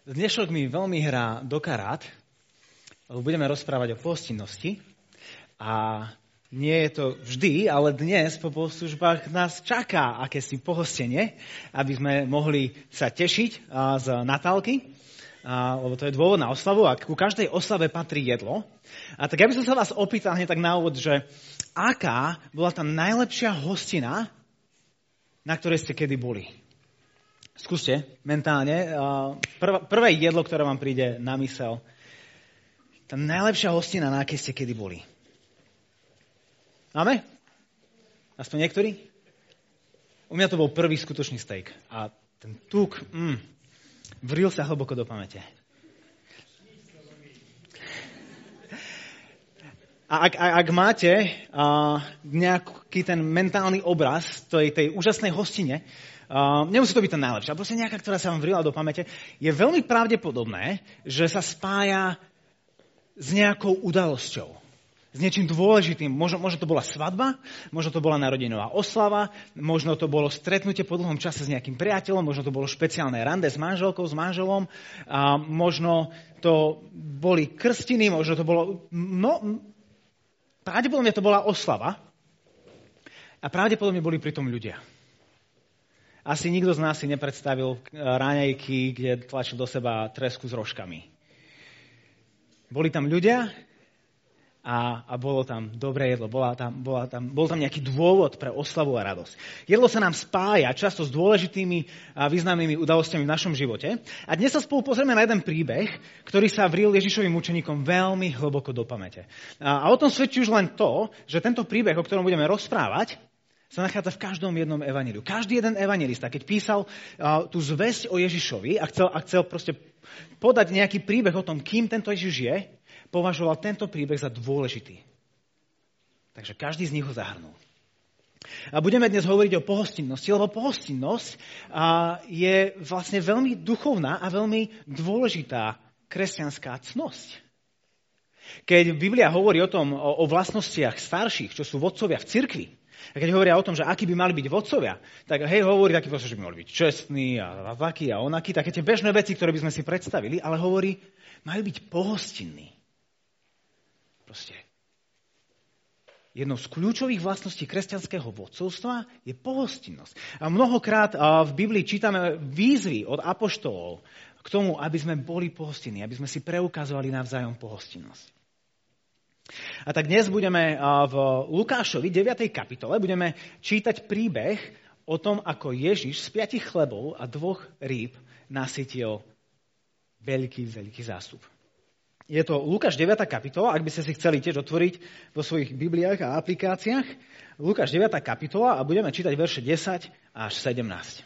Dnešok mi veľmi hrá do karát, lebo budeme rozprávať o pohostinnosti a nie je to vždy, ale dnes po bohoslužbách nás čaká akési pohostenie, aby sme mohli sa tešiť z Natálky, lebo to je dôvod na oslavu a ku každej oslave patrí jedlo. A tak ja by som sa vás opýtal hneď tak na úvod, že aká bola tá najlepšia hostina, na ktorej ste kedy boli? Skúste mentálne. Prvé jedlo, ktoré vám príde na mysel. Tá najlepšia hostina, na akej ste kedy boli. Máme? Aspoň niektorí? U mňa to bol prvý skutočný steak. A ten tuk, vril sa hlboko do pamäte. A ak máte nejaký ten mentálny obraz tej úžasnej hostine, nemusí to byť tá najlepšia, ale proste nejaká, ktorá sa vám vrila do pamäte, je veľmi pravdepodobné, že sa spája s nejakou udalosťou, s niečím dôležitým. Možno to bola svadba, možno to bola narodinová oslava, možno to bolo stretnutie po dlhom čase s nejakým priateľom, možno to bolo špeciálne rande s manželkou, s manželom, možno to boli krstiny, možno to bolo... pravdepodobne to bola oslava a pravdepodobne boli pritom ľudia. Asi nikto z nás si nepredstavil ráňajky, kde tlačil do seba tresku s rožkami. Boli tam ľudia a bolo tam dobré jedlo, bol tam nejaký dôvod pre oslavu a radosť. Jedlo sa nám spája často s dôležitými a významnými udalosťami v našom živote. A dnes sa spolu pozrieme na jeden príbeh, ktorý sa vril Ježišovým učeníkom veľmi hlboko do pamäte. A o tom svedčí už len to, že tento príbeh, o ktorom budeme rozprávať, sa nachádza v každom jednom evanjeliu. Každý jeden evanjelista, keď písal tú zvesť o Ježišovi a chcel proste podať nejaký príbeh o tom, kým tento Ježiš je, považoval tento príbeh za dôležitý. Takže každý z nich ho zahrnul. A budeme dnes hovoriť o pohostinnosti, lebo pohostinnosť je vlastne veľmi duchovná a veľmi dôležitá kresťanská cnosť. Keď Biblia hovorí o tom, o vlastnostiach starších, čo sú vodcovia v cirkvi, a keď hovoria o tom, že akí by mali byť vodcovia, tak hovorí taký proste, že by mali byť čestní a takí a onakí, také tie bežné veci, ktoré by sme si predstavili, ale hovorí, majú byť pohostinní. Proste. Jednou z kľúčových vlastností kresťanského vodcovstva je pohostinnosť. A mnohokrát v Biblii čítame výzvy od apoštolov k tomu, aby sme boli pohostinní, aby sme si preukazovali navzájom pohostinnosť. A tak dnes budeme v Lukášovi 9. kapitole budeme čítať príbeh o tom, ako Ježiš z 5 chlebov a 2 rýb nasytil veľký zástup. Je to Lukáš 9. kapitola, ak by ste si chceli tiež otvoriť vo svojich bibliách a aplikáciách. Lukáš 9. kapitola a budeme čítať verše 10 až 17.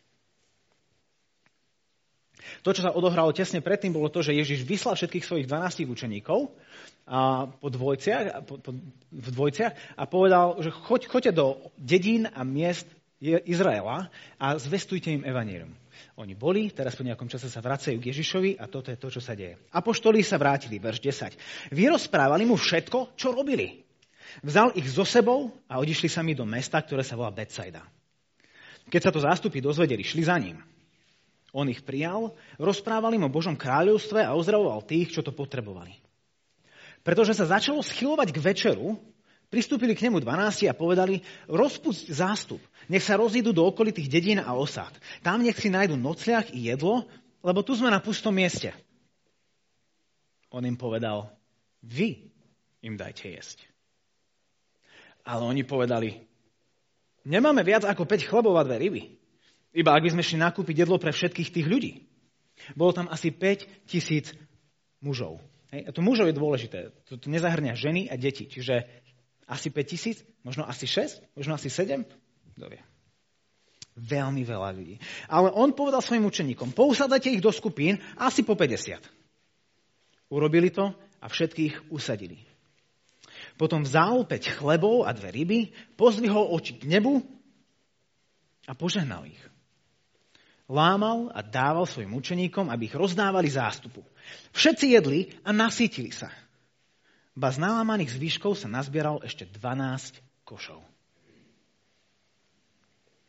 To, čo sa odohralo tesne predtým, bolo to, že Ježiš vyslal všetkých svojich 12 učeníkov v dvojciach a povedal, že choďte do dedín a miest Izraela a zvestujte im evanjelium. Oni boli, teraz po nejakom čase sa vracajú k Ježišovi a toto je to, čo sa deje. Apoštoli sa vrátili, verš 10. Vyrozprávali mu všetko, čo robili. Vzal ich so sebou a odišli sami do mesta, ktoré sa volá Betsaida. Keď sa to zástupy dozvedeli, šli za ním. On ich prijal, rozprával im o Božom kráľovstve a uzdravoval tých, čo to potrebovali. Pretože sa začalo schylovať k večeru, pristúpili k nemu 12 a povedali, rozpusť zástup, nech sa rozídu do okolitých dedín a osád. Tam nech si nájdu nocľah i jedlo, lebo tu sme na pustom mieste. On im povedal, vy im dajte jesť. Ale oni povedali, nemáme viac ako 5 chlebov a 2 ryby. Iba ak by sme šli nakúpiť jedlo pre všetkých tých ľudí. Bolo tam asi 5,000 mužov. A to mužov je dôležité. To nezahrňa ženy a deti. Čiže asi 5,000, možno asi 6, možno asi 7. Kto vie? Veľmi veľa ľudí. Ale on povedal svojim učeníkom, pousadzajte ich do skupín asi po 50. Urobili to a všetkých usadili. Potom vzal 5 chlebov a 2 ryby, pozdvihol oči k nebu a požehnal ich. Lámal a dával svojim učeníkom, aby ich rozdávali zástupu. Všetci jedli a nasýtili sa. Ba z nalámaných zvyškov sa nazbieral ešte 12 košov.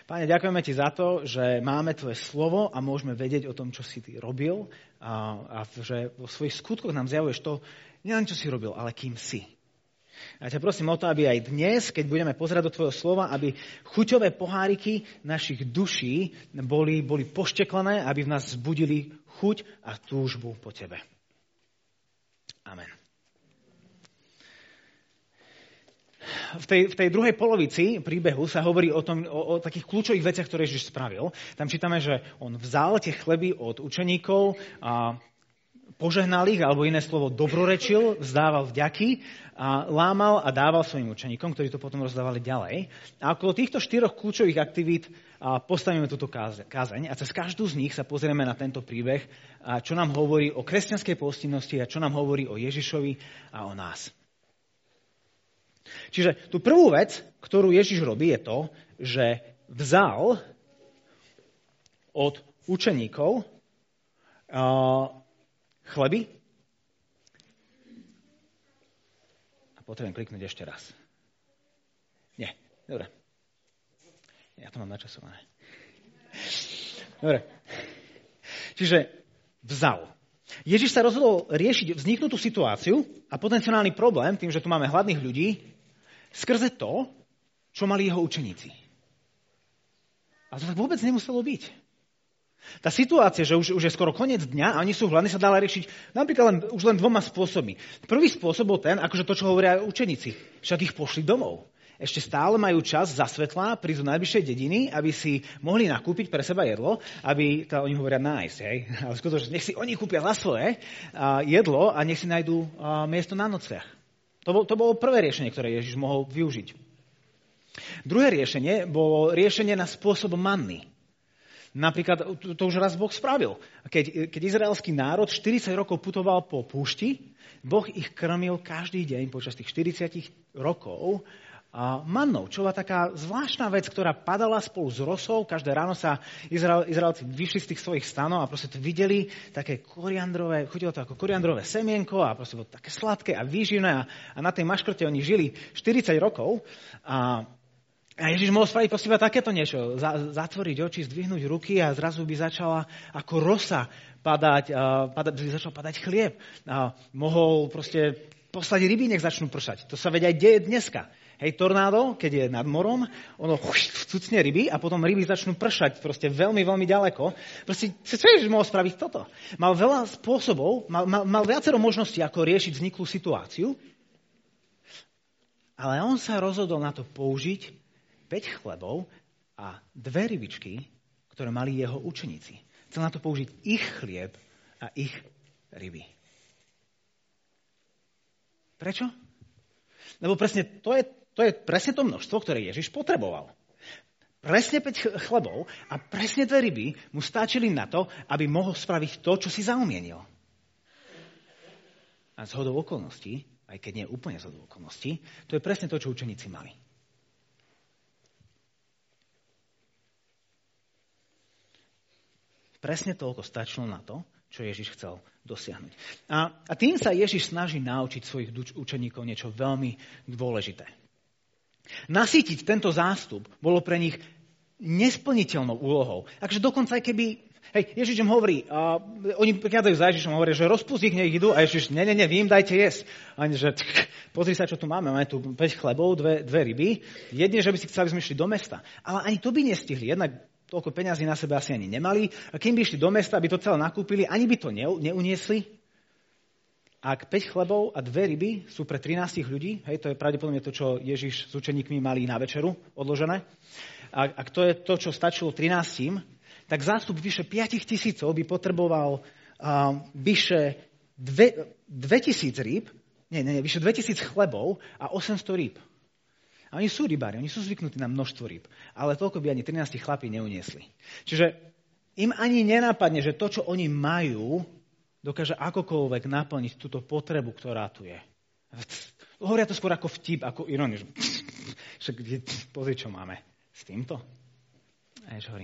Páne, ďakujeme ti za to, že máme tvoje slovo a môžeme vedieť o tom, čo si ty robil a že vo svojich skutkoch nám zjavuješ to, nielen čo si robil, ale kým si. A ťa prosím o to, aby aj dnes, keď budeme pozerať do tvojho slova, aby chuťové poháriky našich duší boli pošteklené, aby v nás vzbudili chuť a túžbu po tebe. Amen. V tej druhej polovici príbehu sa hovorí o takých kľúčových veciach, ktoré Ježiš spravil. Tam čítame, že on vzal tie chleby od učeníkov a požehnal ich, alebo iné slovo dobrorečil, vzdával vďaky, a lámal a dával svojim učeníkom, ktorí to potom rozdávali ďalej. A okolo týchto 4 kľúčových aktivít postavíme túto kázeň a cez každú z nich sa pozrieme na tento príbeh, čo nám hovorí o kresťanskej pohostinnosti a čo nám hovorí o Ježišovi a o nás. Čiže tú prvú vec, ktorú Ježiš robí, je to, že vzal od učeníkov chleby. A potrebujem kliknúť ešte raz. Nie, dobre. Ja to mám načasované. Dobre. Čiže vzal. Ježiš sa rozhodol riešiť vzniknutú situáciu a potenciálny problém, tým, že tu máme hladných ľudí, skrze to, čo mali jeho učeníci. A to tak vôbec nemuselo byť. Tá situácia, že už je skoro koniec dňa a oni sú hladní, sa dala riešiť napríklad už len 2 spôsobmi. Prvý spôsob bol ten, akože to, čo hovoria učeníci. Však ich pošli domov. Ešte stále majú čas za svetlá prísť do najbližšej dediny, aby si mohli nakúpiť pre seba jedlo, aby, to oni hovoria nájsť, hej? Ale skutočne, nech si oni kúpia za svoje jedlo a nech si nájdú miesto na nociach. To bolo prvé riešenie, ktoré Ježiš mohol využiť. Druhé riešenie bolo riešenie na spôsob manny. Napríklad, to už raz Boh spravil. Keď izraelský národ 40 rokov putoval po púšti, Boh ich krmil každý deň počas tých 40 rokov mannou, čo bola taká zvláštna vec, ktorá padala spolu s rosou. Každé ráno sa Izraelci vyšli z tých svojich stanov a proste to videli také koriandrové, chutilo to ako koriandrové semienko a proste bolo také sladké a výživné a na tej maškrte oni žili 40 rokov a Ježiš mohol spraviť proste iba takéto niečo, zatvoriť oči, zdvihnúť ruky a zrazu by začala ako rosa začal padať chlieb. Mohol proste poslať ryby, nech začnú pršať. To sa veď aj deje dneska. Hej, tornádo, keď je nad morom, ono vcucne ryby a potom ryby začnú pršať proste veľmi, veľmi ďaleko. Proste, čo Ježiš mohol spraviť toto? Mal veľa spôsobov, mal viacero možností, ako riešiť vzniklú situáciu, ale on sa rozhodol na to použiť 5 chlebov a 2 rybičky, ktoré mali jeho učeníci. Chcel na to použiť ich chlieb a ich ryby. Prečo? Lebo presne to je presne to množstvo, ktoré Ježiš potreboval. Presne 5 chlebov a presne 2 ryby mu stačili na to, aby mohol spraviť to, čo si zaumienil. A zhodou okolností, aj keď nie je úplne zhodou okolností, to je presne to, čo učeníci mali. Presne toľko stačilo na to, čo Ježiš chcel dosiahnuť. A tým sa Ježiš snaží naučiť svojich učeníkov niečo veľmi dôležité. Nasýtiť tento zástup bolo pre nich nesplniteľnou úlohou. Takže dokonca aj keby... Ježiš im hovorí, oni prichádzajú za Ježišom, hovoria, že rozpust ich, nech idú, a Ježiš, nie, vy im dajte jesť. Ani, že pozri sa, čo tu máme tu 5 chlebov, 2 ryby, jedne, že by si chceli, aby sme išli do mesta. Ale ani to by nestihli, jednak toľko peňazí na sebe asi ani nemali. A kým by išli do mesta, aby to celé nakúpili, ani by to neuniesli. Ak 5 chlebov a 2 ryby sú pre 13 ľudí, to je pravdepodobne to, čo Ježiš s učeníkmi mali na večeru odložené. Ak to je to, čo stačilo 13, tak zástup vyše 5 000 by potreboval vyše 2000 rýb, vyše 2000 chlebov a 800 rýb. A oni sú rybári, oni sú zvyknutí na množstvo rýb, ale toľko by ani 13 chlapí neuniesli. Čiže im ani nenápadne, že to, čo oni majú, dokáže akokoľvek naplniť túto potrebu, ktorá tu je. Hovoria to skôr ako vtip, ako ironiu. Však pozri, čo máme s týmto. A Ježiš hovorí,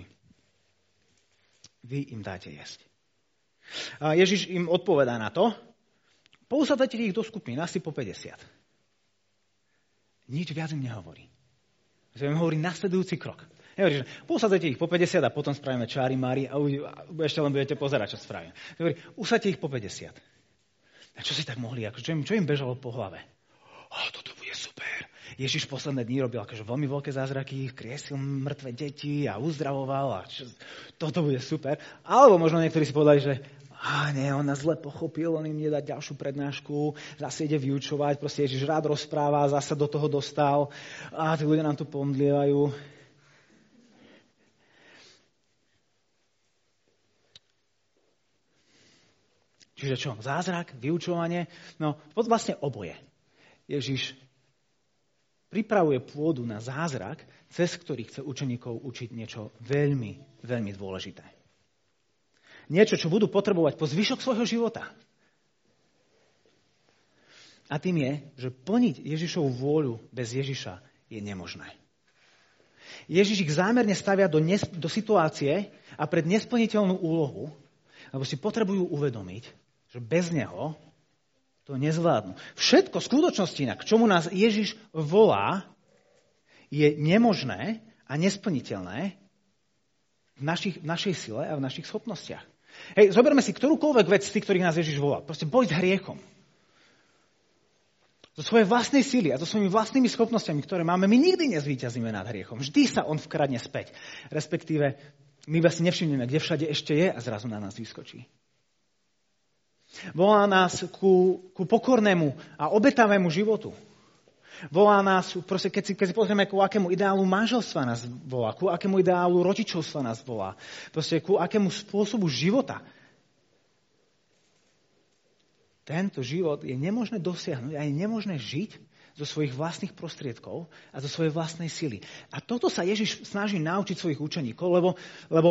vy im dáte jesť. A Ježiš im odpovedá na to, pousadajte ich do skupín, asi po 50. Nič viac im nehovorí. Im hovorí nasledujúci krok. Nehovorí, že posadzajte ich po 50 a potom spravíme čári mári a ešte len budete pozerať, čo spravím. Hovorí, usadte ich po 50. A čo si tak mohli, čo im bežalo po hlave? Toto bude super. Ježiš posledné dni robil akože veľmi veľké zázraky, kriesil mŕtve deti a uzdravoval a toto bude super. Alebo možno niektorí si povedali, že nie, on nás zle pochopil, on im nedá ďalšiu prednášku, zase ide vyučovať, proste Ježiš rád rozpráva, zase do toho dostal a tí ľudia nám tu pomdlievajú. Čiže čo? Zázrak, vyučovanie? No, vlastne oboje. Ježiš pripravuje pôdu na zázrak, cez ktorý chce učeníkov učiť niečo veľmi, veľmi dôležité. Niečo, čo budú potrebovať po zvyšok svojho života. A tým je, že plniť Ježišovu vôľu bez Ježiša je nemožné. Ježiš ich zámerne stavia do situácie a pred nesplniteľnú úlohu, lebo si potrebujú uvedomiť, že bez neho to nezvládnu. Všetko v skutočnosti inak, k čomu nás Ježiš volá, je nemožné a nesplniteľné v našej sile a v našich schopnostiach. Hej, zoberme si ktorúkoľvek vec z tých, ktorých nás Ježiš volá. Proste boj s hriechom. Zo svojej vlastnej sily a so svojimi vlastnými schopnosťami, ktoré máme, my nikdy nezvíťazíme nad hriechom. Vždy sa on vkradne späť. Respektíve, my vlastne nevšimneme, kde všade ešte je a zrazu na nás vyskočí. Volá nás ku pokornému a obetavému životu. Volá nás, proste, keď si pozrieme, ku akému ideálu manželstva nás volá, ku akému ideálu rodičovstva nás volá, proste ku akému spôsobu života. Tento život je nemožné dosiahnuť a je nemožné žiť zo svojich vlastných prostriedkov a zo svojej vlastnej sily. A toto sa Ježiš snaží naučiť svojich učeníkov, lebo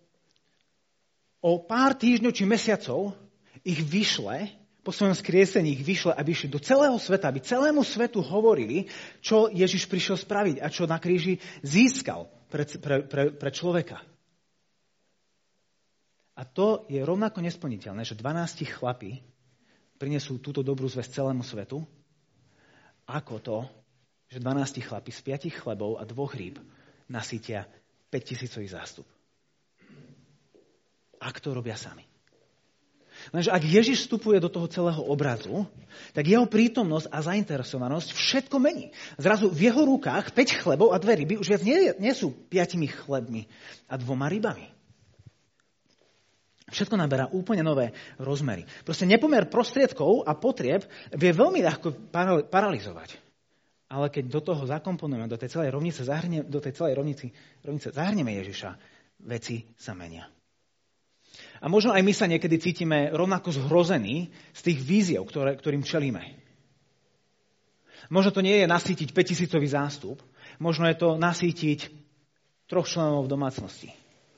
o pár týždňov či mesiacov ich vyšle, po svojom skriesení ich vyšle, aby išli do celého sveta, aby celému svetu hovorili, čo Ježiš prišiel spraviť a čo na kríži získal pre človeka. A to je rovnako nesplniteľné, že 12 chlapí prinesú túto dobrú zvesť celému svetu, ako to, že 12 chlapí z 5 chlebov a 2 rýb nasýtia 5000 zástup. Ak to robia sami. Lenže ak Ježiš vstupuje do toho celého obrazu, tak jeho prítomnosť a zainteresovanosť všetko mení. Zrazu v jeho rukách 5 chlebov a 2 ryby už viac nie sú 5 chlebmi a 2 rybami. Všetko naberá úplne nové rozmery. Proste nepomer prostriedkov a potrieb vie veľmi ľahko paralizovať. Ale keď do toho zakomponujeme, do tej celej rovnice zahrnieme Ježiša, veci sa menia. A možno aj my sa niekedy cítime rovnako zhrození z tých víziev, ktorým čelíme. Možno to nie je nasýtiť 5000 zástup, možno je to nasýtiť 3 členov v domácnosti.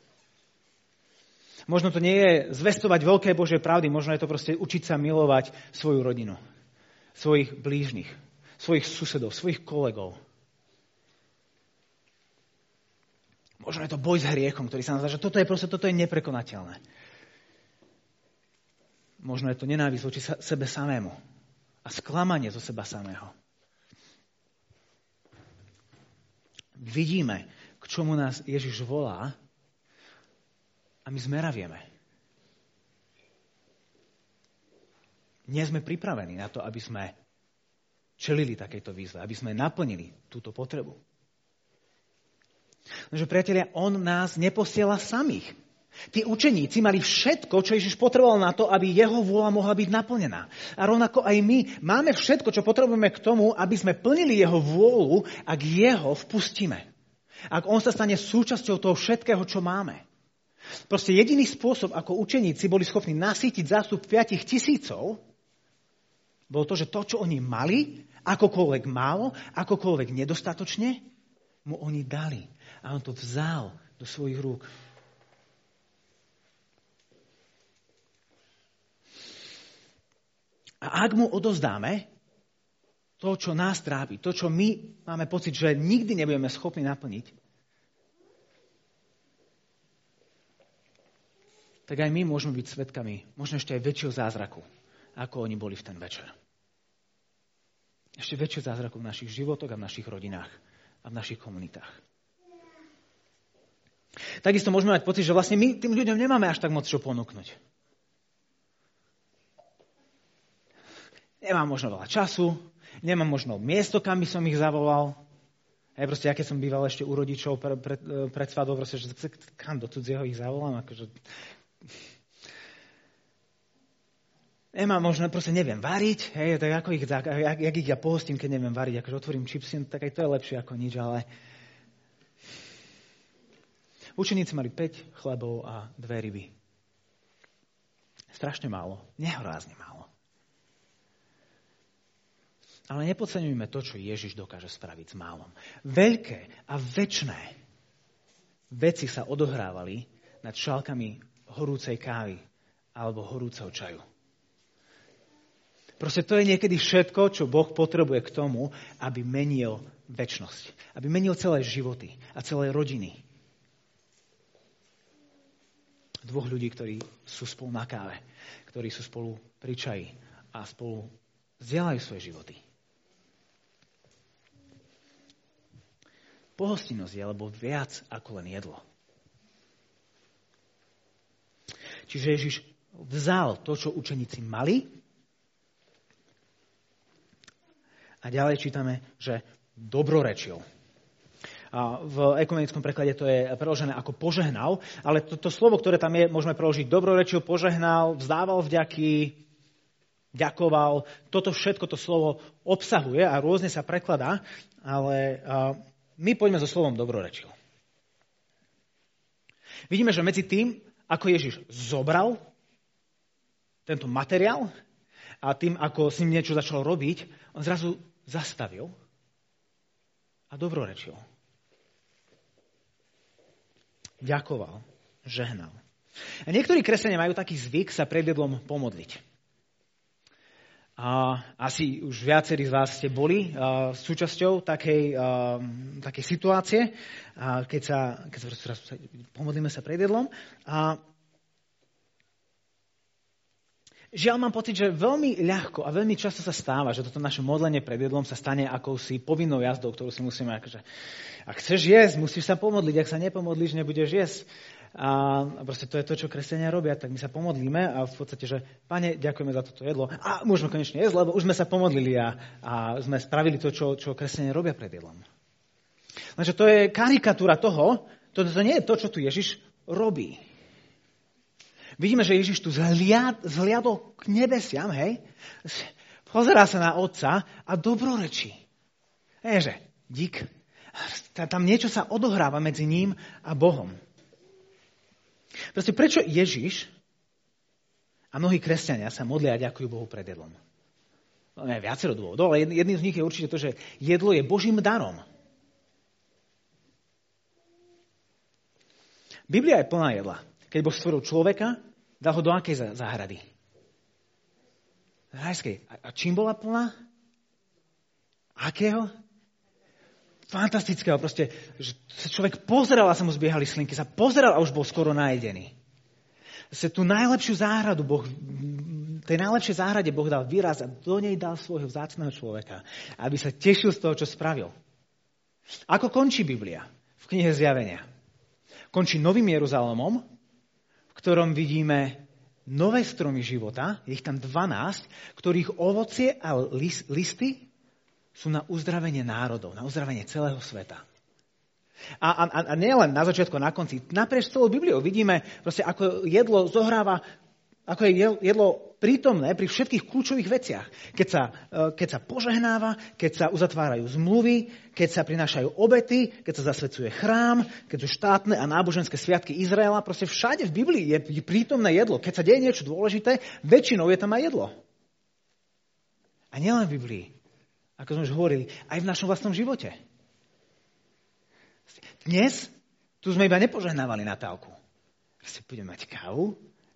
Možno to nie je zvestovať veľké Božie pravdy, možno je to proste učiť sa milovať svoju rodinu, svojich blížnych, svojich susedov, svojich kolegov. Možno je to boj s hriechom, ktorý sa nazýva, že toto je neprekonateľné. Možno je to nenávisť voči sebe samému a sklamanie zo seba samého. Vidíme, k čomu nás Ježiš volá a my zmeravieme. Nie sme pripravení na to, aby sme čelili takejto výzve, aby sme naplnili túto potrebu. Lenže, priatelia, on nás neposiela samých. Tí učeníci mali všetko, čo Ježiš potreboval na to, aby jeho vôľa mohla byť naplnená. A rovnako aj my máme všetko, čo potrebujeme k tomu, aby sme plnili jeho vôľu, ak jeho vpustíme. Ak on sa stane súčasťou toho všetkého, čo máme. Proste jediný spôsob, ako učeníci boli schopní nasýtiť zástup 5000, bolo to, že to, čo oni mali, akokoľvek málo, akokoľvek nedostatočne, mu oni dali. A on to vzal do svojich rúk. A ak mu odozdáme to, čo nás trápi, to, čo my máme pocit, že nikdy nebudeme schopní naplniť, tak aj my môžeme byť svedkami možno ešte aj väčšieho zázraku, ako oni boli v ten večer. Ešte väčšieho zázraku v našich životoch a v našich rodinách a v našich komunitách. Takisto môžeme mať pocit, že vlastne my tým ľuďom nemáme až tak moc čo ponúknuť. Nemám možno veľa času, nemám možno miesto, kam by som ich zavolal. Proste, ja keď som býval ešte u rodičov pred svadbou, proste, že kam do cudzieho ich zavolám, akože... Nemám možno, proste neviem variť, tak ako jak ich ja pohostím, keď neviem variť, akože otvorím čipsy, tak aj to je lepšie ako nič, ale... Učeníci mali 5 chlebov a 2 ryby. Strašne málo, nehorázne málo. Ale nepodceňujme to, čo Ježiš dokáže spraviť s málom. Veľké a večné veci sa odohrávali nad šálkami horúcej kávy alebo horúceho čaju. Proste to je niekedy všetko, čo Boh potrebuje k tomu, aby menil večnosť. Aby menil celé životy a celé rodiny. 2 ľudí, ktorí sú spolu na káve, ktorí sú spolu pri čaji a spolu zdieľajú svoje životy. Pohostinnosť je alebo viac ako len jedlo. Čiže Ježiš vzal to, čo učeníci mali, a ďalej čítame, že dobrorečil. A v ekumenickom preklade to je preložené ako požehnal, ale to slovo, ktoré tam je, môžeme preložiť dobrorečil, požehnal, vzdával vďaky, ďakoval. Toto všetko to slovo obsahuje a rôzne sa prekladá, ale my poďme so slovom dobrorečil. Vidíme, že medzi tým, ako Ježiš zobral tento materiál a tým, ako s ním niečo začal robiť, on zrazu zastavil a dobrorečil. Ďakoval, žehnal. A niektorí kresťania majú taký zvyk sa pred jedlom pomodliť. A asi už viacerí z vás ste boli súčasťou takej situácie, keď sa pomodlíme sa pred jedlom. A žiaľ, mám pocit, že veľmi ľahko a veľmi často sa stáva, že toto naše modlenie pred jedlom sa stane akousi povinnou jazdou, ktorú si musíme, akože, ak chceš jesť, musíš sa pomodliť, ak sa nepomodlíš, nebudeš jesť. A proste to je to, čo kresťania robia, tak my sa pomodlíme a v podstate, že Pane, ďakujeme za toto jedlo a môžeme konečne jesť, lebo už sme sa pomodlili a sme spravili to, čo kresťania robia pred jedlom. Lenže to je karikatúra toho, to nie je to, čo tu Ježiš robí. Vidíme, že Ježiš tu zhliadol k nebesiam, hej? Pozerá sa na Otca a dobrorečí. Že dík. Tam niečo sa odohráva medzi ním a Bohom. Proste prečo Ježiš a mnohí kresťania sa modlia a ďakujú Bohu pred jedlom? No, je viacero dôvodov, ale jedným z nich je určite to, že jedlo je Božím darom. Biblia je plná jedla. Keď Boh stvoril človeka, dal ho do akej záhrady? Rajskej. A čím bola plná? Akého? Fantastického. Proste, že sa človek pozeral a sa mu zbiehali slinky. Sa pozeral a už bol skoro najedený. Tú najlepšiu záhradu tej najlepšej záhrade Boh dal výraz a do nej dal svojho vzácneho človeka, aby sa tešil z toho, čo spravil. Ako končí Biblia v knihe Zjavenia? Končí Novým Jeruzalémom, v ktorom vidíme nové stromy života, je ich tam 12, ktorých ovocie a listy sú na uzdravenie národov, na uzdravenie celého sveta. A nie len na začiatku, na konci. Naprieč celou Bibliou vidíme, proste, ako jedlo zohráva, ako je jedlo prítomné pri všetkých kľúčových veciach. Keď sa požehnáva, keď sa uzatvárajú zmluvy, keď sa prinášajú obety, keď sa zasvecuje chrám, keď sú štátne a náboženské sviatky Izraela. Proste všade v Biblii je prítomné jedlo. Keď sa deje niečo dôležité, väčšinou je tam aj jedlo. A nielen v Biblii. Ako sme už hovorili, aj v našom vlastnom živote. Dnes tu sme iba nepožehnávali Natálku. Proste budeme mať kávu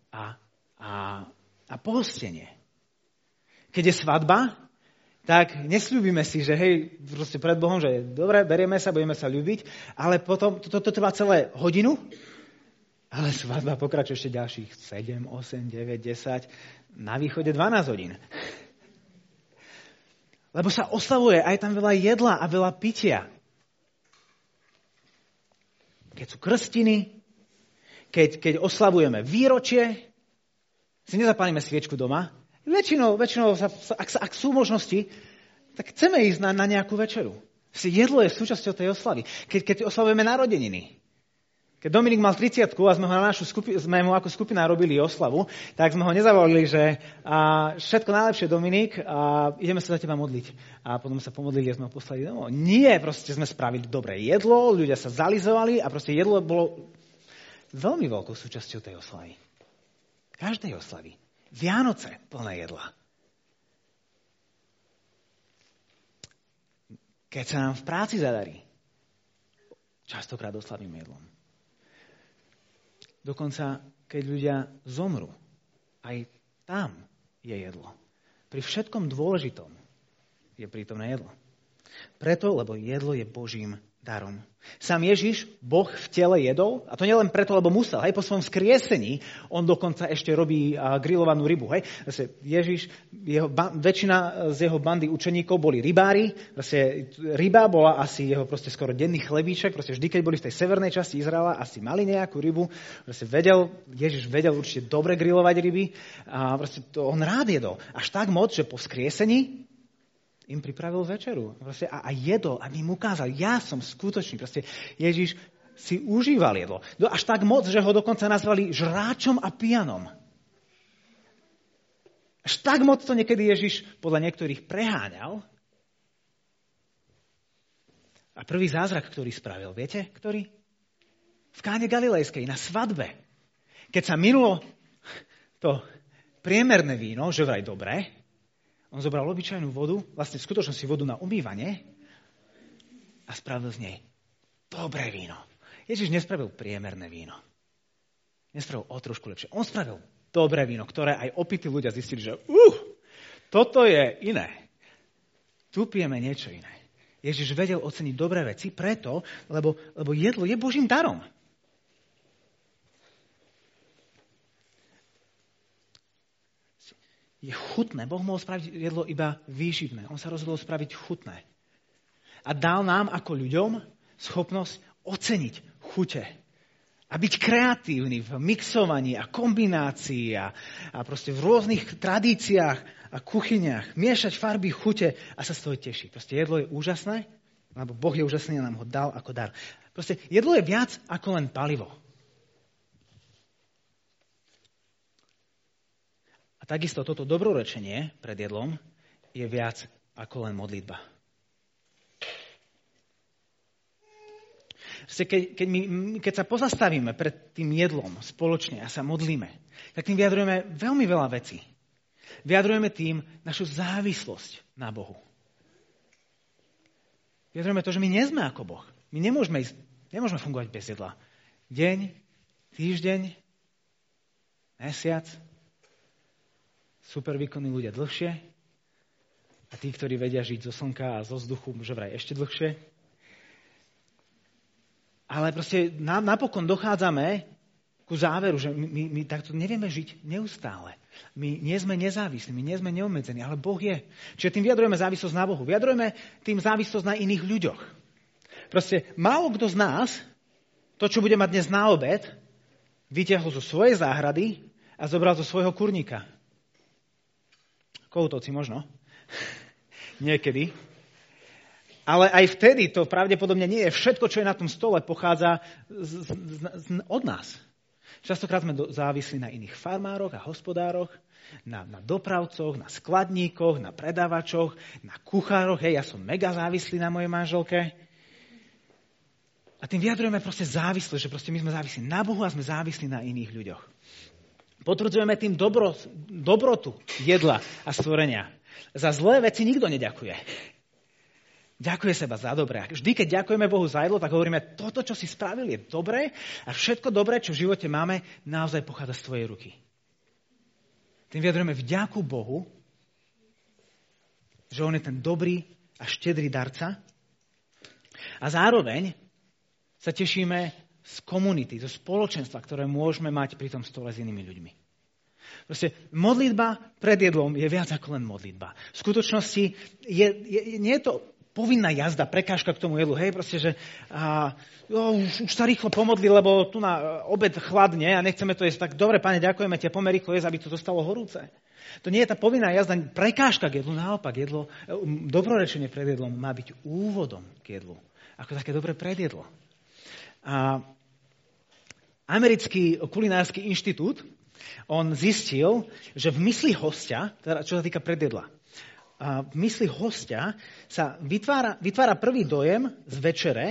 a pohostenie. Keď je svadba, tak nesľúbime si, že hej, proste pred Bohom, že dobre, berieme sa, budeme sa ľúbiť, ale potom toto trvá celé hodinu, ale svadba pokračuje ešte ďalších 7, 8, 9, 10, na východe 12 hodín. Lebo sa oslavuje, aj tam veľa jedla a veľa pitia. keď sú krstiny, keď oslavujeme výročie, si nezapálime sviečku doma. Väčšinou ak sú možnosti, tak chceme ísť na nejakú večeru. Jedlo je súčasťou tej oslavy. Keď oslavujeme narodeniny. Keď Dominik mal 30 a sme mu ako skupina robili oslavu, tak sme ho nezavolili, že všetko najlepšie, Dominik, a ideme sa za teba modliť. A potom sa pomodlili a sme ho poslali domov. Nie, proste sme spravili dobré jedlo, ľudia sa zalizovali a proste jedlo bolo veľmi veľkou súčasťou tej oslavy. Každej oslavy. Vianoce plné jedla. Keď sa nám v práci zadarí, častokrát oslavíme jedlom. Dokonca, keď ľudia zomrú, aj tam je jedlo. Pri všetkom dôležitom je prítomné jedlo. Preto, lebo jedlo je Božím darom. Sám Ježiš, Boh v tele jedol, a to nielen preto, lebo musel. Hej, po svojom skriesení on dokonca ešte robí grillovanú rybu. Hej. Ježiš, väčšina z jeho bandy učeníkov boli rybári. Ryba bola asi jeho skoro denný chlebíček. Vždy, keď boli v tej severnej časti Izraela, asi mali nejakú rybu. Ježiš vedel určite dobre grillovať ryby. A on rád jedol. Až tak moc, že po vzkriesení im pripravil večeru. A jedol, aby im ukázal, ja som skutočný. Ježiš si užíval jedlo. Až tak moc, že ho dokonca nazvali žráčom a pijanom. Až tak moc to niekedy Ježiš podľa niektorých preháňal. A prvý zázrak, ktorý spravil, viete, ktorý? V Káne Galilejskej, na svadbe. Keď sa minulo to priemerné víno, že vraj dobré, on zobral obyčajnú vodu, vlastne v skutočnosti vodu na umývanie a spravil z nej dobré víno. Ježiš nespravil priemerné víno. Nespravil o trošku lepšie. On spravil dobré víno, ktoré aj opití ľudia zistili, že toto je iné. Tu pijeme niečo iné. Ježiš vedel oceniť dobré veci preto, lebo jedlo je Božím darom. Je chutné. Boh mohol spraviť jedlo iba výživné. On sa rozhodol spraviť chutné. A dal nám ako ľuďom schopnosť oceniť chute. A byť kreatívny v mixovaní a kombinácii a proste v rôznych tradíciách a kuchyniach. Miešať farby, chute a sa z toho tešiť. Jedlo je úžasné, lebo Boh je úžasný a nám ho dal ako dar. Jedlo je viac ako len palivo. A takisto toto dobrorečenie pred jedlom je viac ako len modlitba. Keď sa pozastavíme pred tým jedlom spoločne a sa modlíme, tak tým vyjadrujeme veľmi veľa vecí. Vyjadrujeme tým našu závislosť na Bohu. Vyjadrujeme to, že my nie sme ako Boh. My nemôžeme fungovať bez jedla. Deň, týždeň, mesiac, super výkonní ľudia dlhšie a tí, ktorí vedia žiť zo slnka a zo vzduchu, že vraj ešte dlhšie. Ale napokon dochádzame ku záveru, že my takto nevieme žiť neustále. My nie sme nezávislí, my nie sme neobmedzení, ale Boh je. Čiže tým vyjadrujeme závislosť na Bohu. Vyjadrujeme tým závislosť na iných ľuďoch. Málo kto z nás to, čo bude mať dnes na obed, vytiahol zo svojej záhrady a zobral zo svojho kurníka. Koutovci možno. Niekedy. Ale aj vtedy to pravdepodobne nie je všetko, čo je na tom stole, pochádza od nás. Častokrát sme závislí na iných farmároch a hospodároch, na dopravcoch, na skladníkoch, na predávačoch, na kuchároch. Ja som mega závislý na mojej manželke. A tým vyjadrujeme závislosť, že my sme závislí na Bohu a sme závislí na iných ľuďoch. Potvrdzujeme tým dobrotu jedla a stvorenia. Za zlé veci nikto neďakuje. Ďakuje seba za dobré. Vždy, keď ďakujeme Bohu za jedlo, tak hovoríme, toto, čo si spravil, je dobré a všetko dobré, čo v živote máme, naozaj pochádza z tvojej ruky. Tým vyjadrujeme vďaku Bohu, že on je ten dobrý a štedrý darca. A zároveň sa tešíme z komunity, zo spoločenstva, ktoré môžeme mať pri tom stole s inými ľuďmi. Modlitba pred jedlom je viac ako len modlitba. V skutočnosti nie je to povinná jazda, prekážka k tomu jedlu. Hej, proste, že už sa rýchlo pomodli, lebo tu na obed chladne a nechceme to jesť. Tak dobre, Pane, ďakujeme ti, pomer rýchlo jesť, aby to zostalo horúce. To nie je tá povinná jazda, prekážka k jedlu, naopak jedlo, dobrorečenie pred jedlom má byť úvodom k jedlu. Ako také dobré predjedlo. A Americký kulinársky inštitút, on zistil, že v mysli hostia, teda čo sa týka predjedla, v mysli hostia sa vytvára prvý dojem z večere,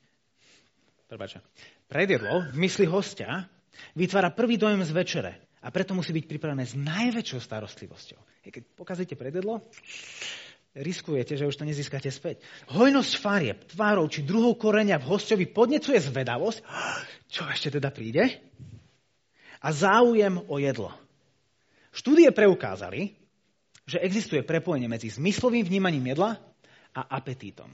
predjedlo v mysli hostia vytvára prvý dojem z večere a preto musí byť pripravené s najväčšou starostlivosťou. Keď pokazíte predjedlo, riskujete, že už to nezískate späť. Hojnosť farieb, tvárov či druhov korenia v hosťovi podnecuje zvedavosť, čo ešte teda príde, a záujem o jedlo. Štúdie preukázali, že existuje prepojenie medzi zmyslovým vnímaním jedla a apetítom.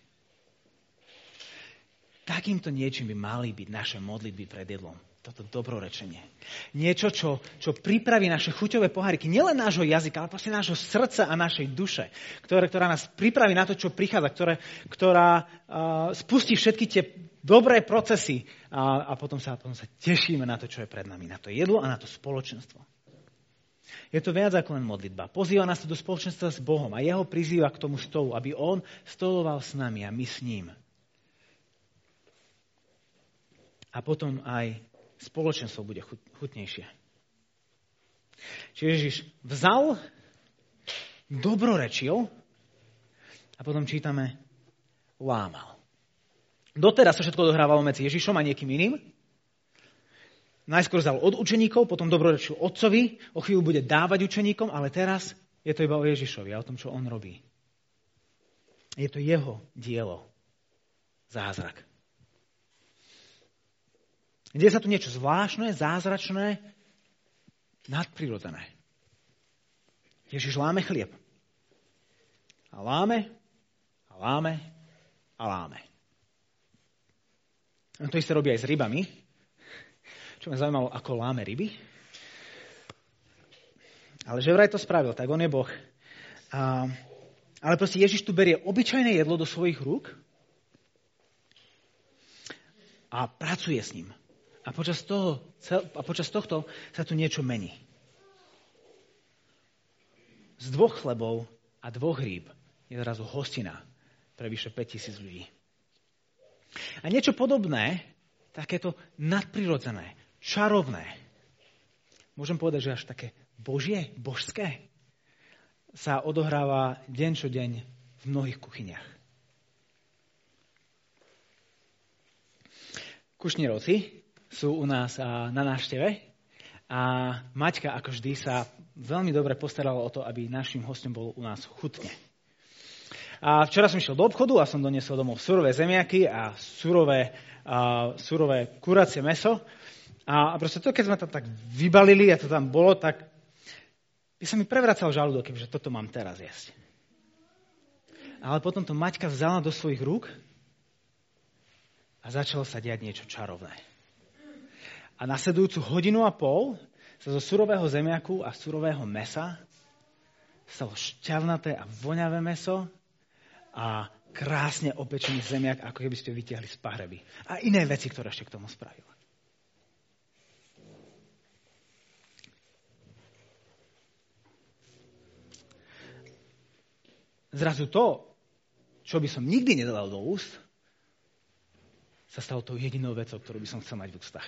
Takýmto niečím by mali byť naše modlitby pred jedlom. Toto dobrorečenie. Niečo, čo pripraví naše chuťové poháriky, nielen nášho jazyka, ale proste nášho srdca a našej duše, ktorá nás pripraví na to, čo prichádza, ktorá spustí všetky tie dobré procesy a potom sa tešíme na to, čo je pred nami, na to jedlo a na to spoločenstvo. Je to viac ako len modlitba. Pozýva nás to do spoločenstva s Bohom a jeho prizýva k tomu stolu, aby on stoloval s nami a my s ním. A potom aj spoločenstvo bude chutnejšie. Čiže Ježiš vzal, dobrorečil a potom čítame lámal. Doteraz sa všetko odohrávalo medzi Ježišom a niekým iným. Najskôr vzal od učeníkov, potom dobrorečil otcovi, o chvíľu bude dávať učeníkom, ale teraz je to iba o Ježišovi a o tom, čo on robí. Je to jeho dielo. Zázrak. Deje sa tu niečo zvláštne, zázračné, nadprirodzené. Ježiš láme chlieb. A láme, a láme, a láme. On to isté robí aj s rybami. Čo ma zaujímalo, ako láme ryby. Ale že vraj to spravil, tak on je Boh. Ale proste Ježiš tu berie obyčajné jedlo do svojich rúk a pracuje s ním. A počas tohto sa tu niečo mení. Z 2 chlebov a 2 rýb je zrazu hostina pre vyše 5000 ľudí. A niečo podobné, takéto nadprirodzené, čarovné, môžem povedať, že až také božské, sa odohráva deň čo deň v mnohých kuchyniach. Kušnírovci sú u nás na návšteve a Maťka, ako vždy, sa veľmi dobre postarala o to, aby našim hostom bol u nás chutne. A včera som išiel do obchodu a som doniesol domov surové zemiaky a surové kuracie mäso. A proste to, keď sme to tak vybalili a to tam bolo, tak by sa mi prevracal žalúdok, keďže toto mám teraz jesť. Ale potom to Maťka vzala do svojich rúk a začalo sa diať niečo čarovné. A nasledujúcu 1,5 hodiny sa zo surového zemiaku a surového mäsa stalo šťavnaté a voňavé mäso a krásne opečený zemiak, ako keby ste vytiahli z pahreby. A iné veci, ktoré ešte k tomu spravila. Zrazu to, čo by som nikdy nedal do úst, sa stalo tou jedinou vecou, ktorú by som chcel mať v ústach.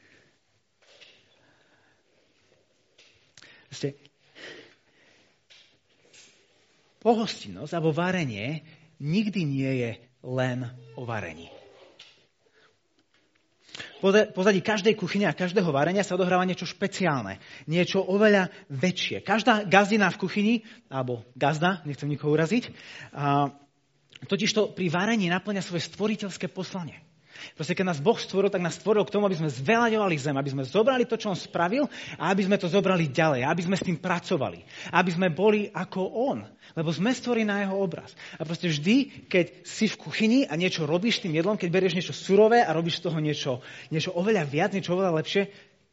Pohostinnosť alebo varenie nikdy nie je len o varení. Pozadí každej kuchyne a každého varenia sa odohráva niečo špeciálne, niečo oveľa väčšie. Každá gazdina v kuchyni, alebo gazda, nechcem nikoho uraziť, totižto pri varení naplňa svoje stvoriteľské poslanie. Proste keď nás Boh stvoril, tak nás stvoril k tomu, aby sme zveľaďovali zem, aby sme zobrali to, čo on spravil a aby sme to zobrali ďalej, aby sme s tým pracovali, aby sme boli ako on, lebo sme stvorení na jeho obraz. A proste vždy, keď si v kuchyni a niečo robíš tým jedlom, keď berieš niečo surové a robíš z toho niečo oveľa viac, niečo oveľa lepšie,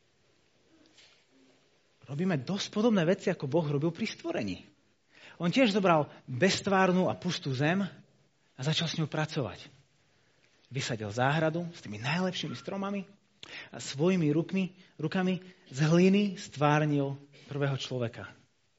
robíme dosť podobné veci, ako Boh robil pri stvorení. On tiež zobral beztvárnu a pustú zem a začal s ňou pracovať. Vysadil záhradu s tými najlepšími stromami a svojimi rukami z hliny stvárnil prvého človeka.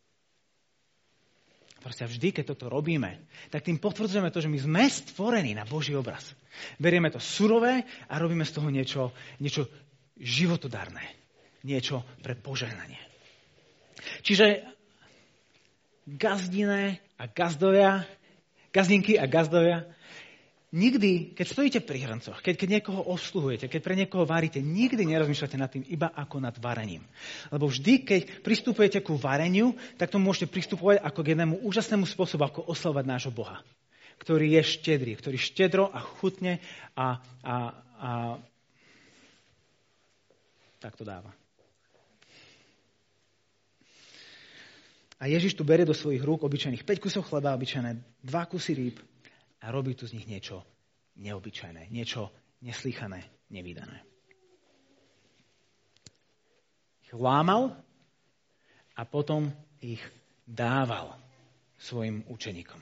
Proste vždy, keď toto robíme, tak tým potvrdzujeme to, že my sme stvorení na Boží obraz. Berieme to surové a robíme z toho niečo životodárne. Niečo pre požehnanie. Čiže gazdinky a gazdovia, nikdy, keď stojíte pri hrncoch, keď niekoho obsluhujete, keď pre niekoho varíte, nikdy nerozmýšľate nad tým iba ako nad varením. Lebo vždy, keď pristupujete ku vareniu, tak to môžete pristupovať ako k jednému úžasnému spôsobu, ako oslavovať nášho Boha, ktorý je štedrý, ktorý štedro a chutne a tak to dáva. A Ježiš tu berie do svojich rúk obyčajných 5 kusov chleba, obyčajné 2 kusy rýb a robí tu z nich niečo neobyčajné, niečo neslýchané, nevídané. Ich lámal a potom ich dával svojim učeníkom.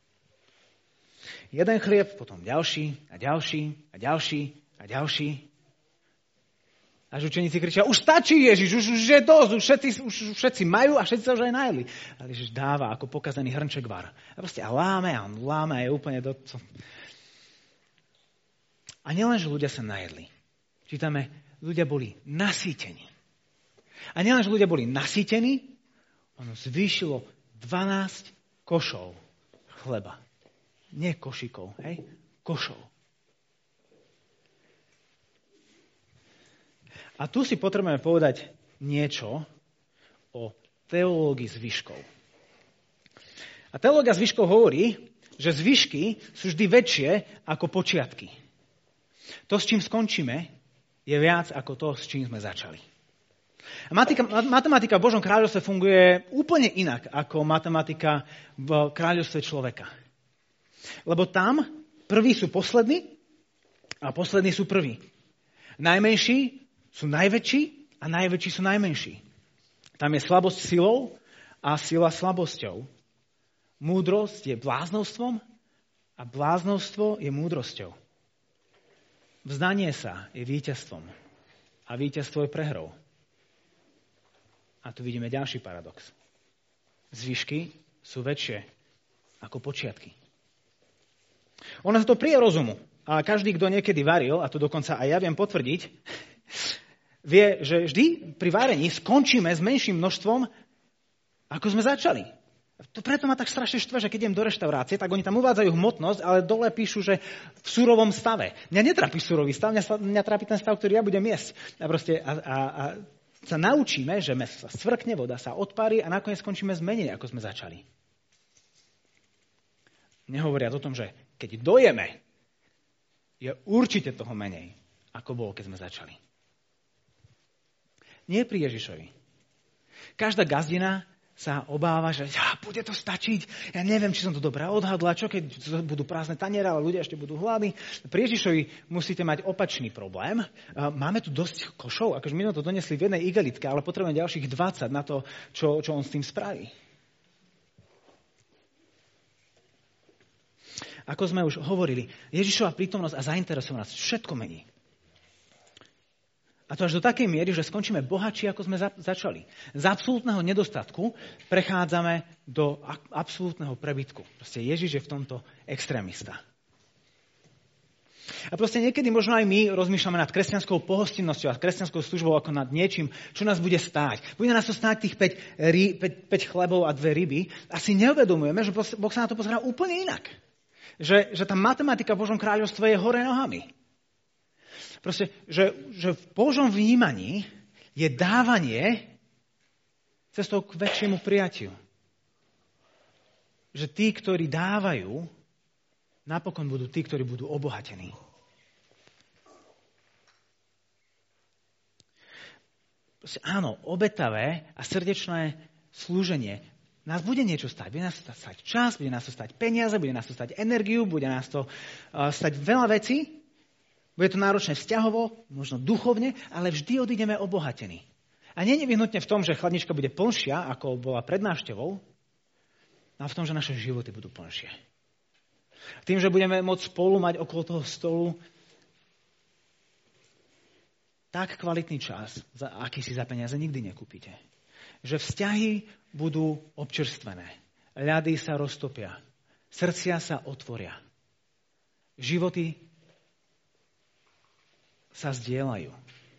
Jeden chlieb, potom ďalší a ďalší a ďalší a ďalší. Až učeníci kričia, už stačí Ježiš, už je dosť, už všetci majú a všetci sa už aj najedli. Ale Ježiš dáva ako pokazaný hrnček var. A proste láme a je úplne do... A nielen, že ľudia sa najedli. Čítame, ľudia boli nasýtení. A nielen, že ľudia boli nasýtení, ono zvýšilo 12 košov chleba. Nie košíkov, hej? Košov. A tu si potrebujeme povedať niečo o teológii zvyškov. A teológia zvyškov hovorí, že zvyšky sú vždy väčšie ako počiatky. To, s čím skončíme, je viac ako to, s čím sme začali. A matematika v Božom kráľovstve funguje úplne inak ako matematika v kráľovstve človeka. Lebo tam prví sú poslední a poslední sú prví. Najmenší sú najväčší a najväčší sú najmenší. Tam je slabosť silou a sila slabosťou. Múdrosť je bláznovstvom a bláznovstvo je múdrosťou. Vzdanie sa je víťazstvom a víťazstvo je prehrou. A tu vidíme ďalší paradox. Zvyšky sú väčšie ako počiatky. Ono sa to prie rozumu. A každý, kto niekedy varil, a to dokonca aj ja viem potvrdiť, vie, že vždy pri varení skončíme s menším množstvom, ako sme začali. Preto ma tak strašne štve, že keď idem do reštaurácie, tak oni tam uvádzajú hmotnosť, ale dole píšu, že v surovom stave. Mňa netrápi surový stav, mňa trápi ten stav, ktorý ja budem jesť. A sa naučíme, že sa scvrkne, voda sa odparí a nakoniec skončíme s menej, ako sme začali. Nehovoriac o tom, že keď dojeme, je určite toho menej, ako bolo, keď sme začali. Nie pri Ježišovi. Každá gazdina sa obáva, že bude to stačiť. Ja neviem, či som to dobre odhadla, čo keď budú prázdne taniere, ale ľudia ešte budú hladní. Pri Ježišovi musíte mať opačný problém. Máme tu dosť košov, akože my to donesli v jednej igelitke, ale potrebujeme ďalších 20 na to, čo on s tým spraví. Ako sme už hovorili, Ježišova prítomnosť a zainteresovanosť všetko mení. A to až do takej miery, že skončíme bohatší, ako sme začali. Z absolútneho nedostatku prechádzame do absolútneho prebytku. Proste Ježiš je v tomto extrémista. A proste niekedy možno aj my rozmýšľame nad kresťanskou pohostinnosťou a kresťanskou službou ako nad niečím, čo nás bude stáť. Bude nás to stáť tých 5 chlebov a 2 ryby. A si neuvedomujeme, že Boh sa na to pozerá úplne inak. Že tá matematika v Božom kráľovstve je hore nohami. Proste, že v Božom vnímaní je dávanie cestou k väčšiemu prijatiu. Že tí, ktorí dávajú, napokon budú tí, ktorí budú obohatení. Proste, áno, obetavé a srdečné slúženie nás bude niečo stať. Bude nás to stať čas, bude nás to stať peniaze, bude nás to stať energiu, bude nás to stať veľa vecí. Bude to náročné vzťahovo, možno duchovne, ale vždy odídeme obohatení. A nie nevyhnutne v tom, že chladnička bude plnšia, ako bola pred návštevou, ale v tom, že naše životy budú plnšie. Tým, že budeme môcť spolu mať okolo toho stolu tak kvalitný čas, za aký si za peniaze nikdy nekúpite. Že vzťahy budú občerstvené. Ľady sa roztopia. Srdcia sa otvoria. Životy sa zdieľajú.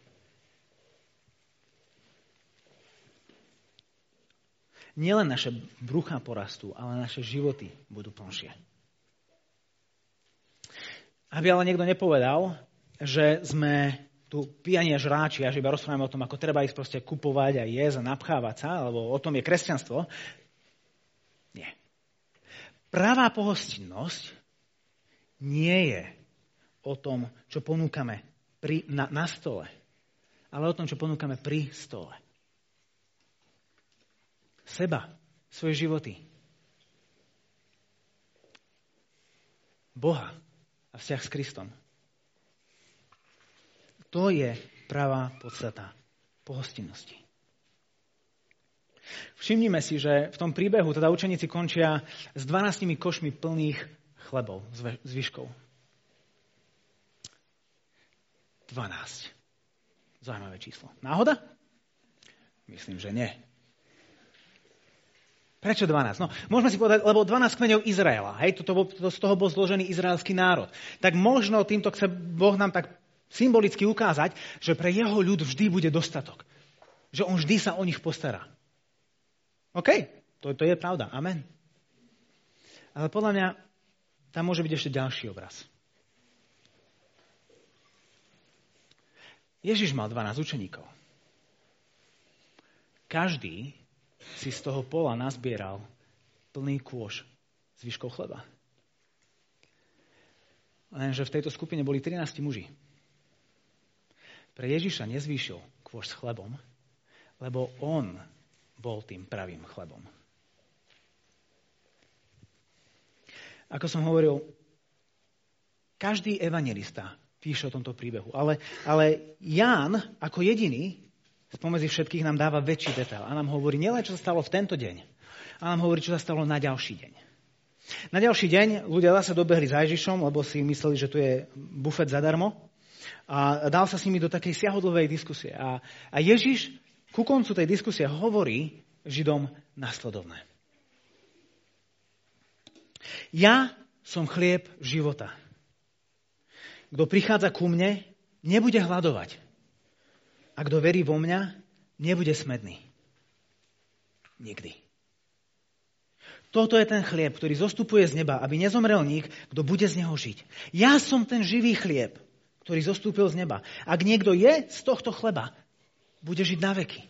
Nielen naše bruchá porastú, ale naše životy budú plnšie. Aby ale niekto nepovedal, že sme tu pijani a žráči a že iba rozprávame o tom, ako treba ísť proste kupovať a jesť a napchávať sa, alebo o tom je kresťanstvo. Nie. Pravá pohostinnosť nie je o tom, čo ponúkame na stole, ale o tom, čo ponúkame pri stole. Seba, svoje životy. Boha a vzťah s Kristom. To je pravá podstata pohostinnosti. Všimnime si, že v tom príbehu teda učeníci končia s 12 košmi plných chlebov, zvyškov. 12. Zaujímavé číslo. Náhoda? Myslím, že nie. Prečo 12? No, môžeme si povedať, lebo 12 kmeňov Izraela. Hej, z toho bol zložený izraelský národ. Tak možno týmto chce Boh nám tak symbolicky ukázať, že pre jeho ľud vždy bude dostatok. Že on vždy sa o nich postará. OK, to je pravda. Amen. Ale podľa mňa tam môže byť ešte ďalší obraz. Ježiš mal 12 učeníkov. Každý si z toho pola nazbieral plný kôš zvyškov chleba. Lenže v tejto skupine boli 13 muži. Pre Ježiša nezvýšil kôš s chlebom, lebo on bol tým pravým chlebom. Ako som hovoril, každý evanjelista píše o tomto príbehu, ale Ján ako jediný spomedzi všetkých nám dáva väčší detail a nám hovorí nielen, čo sa stalo v tento deň, ale nám hovorí, čo sa stalo na ďalší deň. Na ďalší deň ľudia zase dobehli za Ježišom, lebo si mysleli, že tu je bufet zadarmo a dal sa s nimi do takej siahodlhej diskusie. A Ježiš ku koncu tej diskusie hovorí Židom nasledovné. Ja som chlieb života. Kto prichádza ku mne, nebude hladovať. A kto verí vo mňa, nebude smedný. Nikdy. Toto je ten chlieb, ktorý zostupuje z neba, aby nezomrel nik, kto bude z neho žiť. Ja som ten živý chlieb, ktorý zostúpil z neba. Ak niekto je z tohto chleba, bude žiť na veky.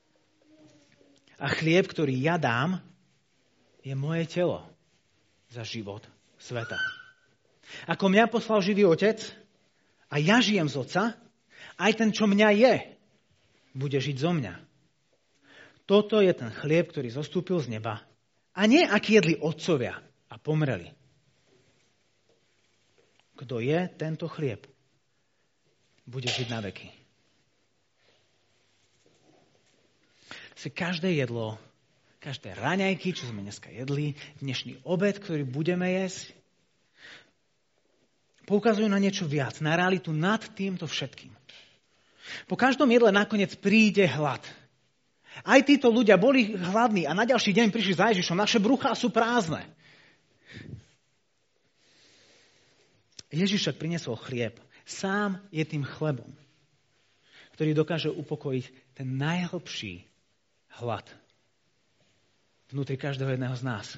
A chlieb, ktorý ja dám, je moje telo za život sveta. Ako mňa poslal živý Otec a ja žijem z Otca, aj ten, čo mňa je, bude žiť zo mňa. Toto je ten chlieb, ktorý zostúpil z neba. A nie, aký jedli otcovia a pomreli. Kto je tento chlieb, bude žiť na veky. Každé jedlo, každé raňajky, čo sme dneska jedli, dnešný obed, ktorý budeme jesť, poukazujú na niečo viac, na realitu nad týmto všetkým. Po každom jedle nakoniec príde hlad. Aj títo ľudia boli hladní a na ďalší deň prišli za Ježišom. Naše bruchá sú prázdne. Ježiš však priniesol chlieb. Sám je tým chlebom, ktorý dokáže upokojiť ten najhlbší hlad vnútri každého jedného z nás.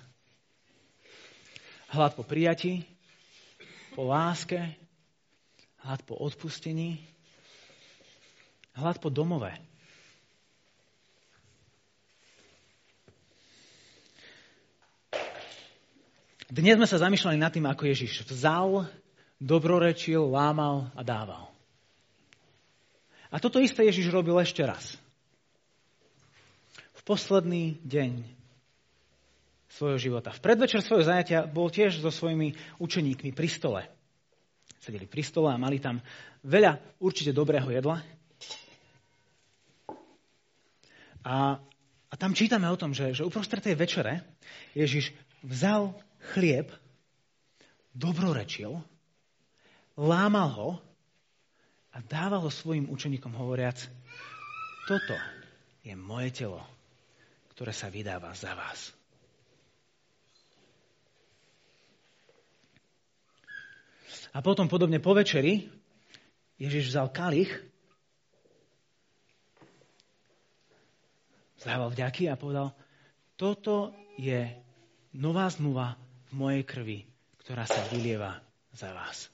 Hlad po prijatí, po láske, hlad po odpustení, hlad po domove. Dnes sme sa zamýšľali nad tým, ako Ježiš vzal, dobrorečil, lámal a dával. A toto isté Ježiš robil ešte raz. V posledný deň svojho života. V predvečer svojho zajatia bol tiež so svojimi učeníkmi pri stole. Sedeli pri stole a mali tam veľa určite dobrého jedla. A tam čítame o tom, že uprostred tej večere Ježiš vzal chlieb, dobrorečil, lámal ho a dával ho svojim učeníkom hovoriac, toto je moje telo, ktoré sa vydáva za vás. A potom podobne po večeri Ježiš vzal kalich, vzdával vďaky a povedal, toto je nová zmluva v mojej krvi, ktorá sa vylieva za vás.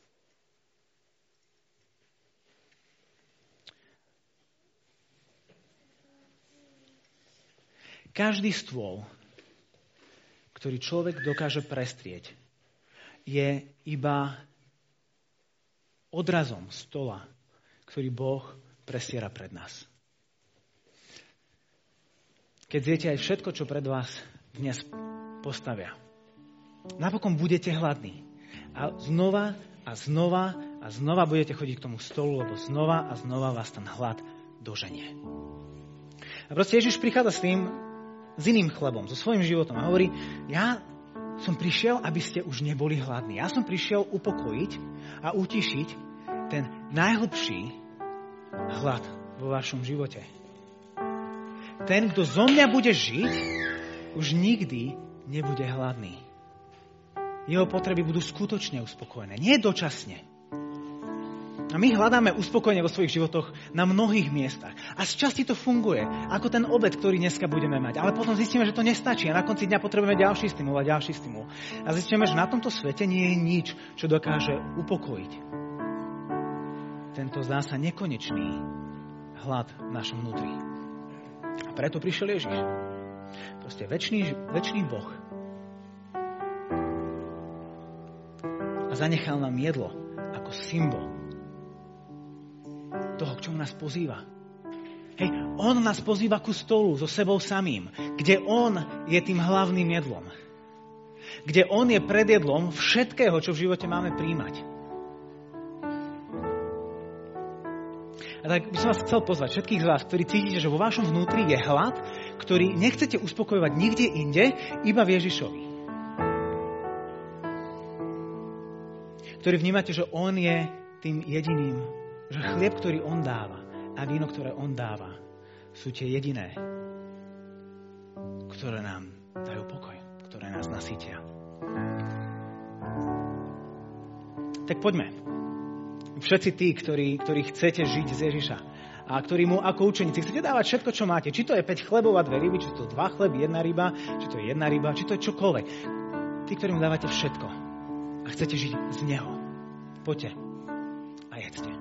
Každý stôl, ktorý človek dokáže prestrieť, je iba odrazom stola, ktorý Boh prestiera pred nás. Keď zjete aj všetko, čo pred vás dnes postavia, napokon budete hladní. A znova a znova a znova budete chodiť k tomu stolu, lebo znova a znova vás ten hlad doženie. A proste Ježiš prichádza s iným chlebom, so svojím životom a hovorí, ja som prišiel, aby ste už neboli hladní. Ja som prišiel upokojiť a utišiť ten najhlbší hlad vo vašom živote. Ten, kto zo mňa bude žiť, už nikdy nebude hladný. Jeho potreby budú skutočne uspokojené, nie dočasne. A my hľadáme uspokojenie vo svojich životoch na mnohých miestach. A z časti to funguje, ako ten obed, ktorý dneska budeme mať. Ale potom zistíme, že to nestačí a na konci dňa potrebujeme ďalší stimul a ďalší stimul. A zistíme, že na tomto svete nie je nič, čo dokáže upokojiť tento zdá sa nekonečný hlad v našom vnútri. A preto prišiel Ježiš. Proste večný Boh. A zanechal nám jedlo ako symbol toho, k čomu nás pozýva. Hej, on nás pozýva ku stolu so sebou samým, kde on je tým hlavným jedlom. Kde on je predjedlom všetkého, čo v živote máme príjmať. A tak by som vás chcel pozvať, všetkých z vás, ktorí cítite, že vo vašom vnútri je hlad, ktorý nechcete uspokojovať nikde inde, iba v Ježišovi. Ktorý vnímate, že on je tým jediným, že chlieb, ktorý on dáva a víno, ktoré on dáva, sú tie jediné, ktoré nám dajú pokoj, ktoré nás nasýtia. Tak poďme. Všetci tí, ktorí chcete žiť z Ježiša a ktorí mu ako učeníci chcete dávať všetko, čo máte. Či to je 5 chlebov a 2 ryby, či to 2 chleby, 1 ryba, či to je 1 ryba, či to je čokoľvek. Tí, ktorí mu dávate všetko a chcete žiť z neho. Poďte a jedzte.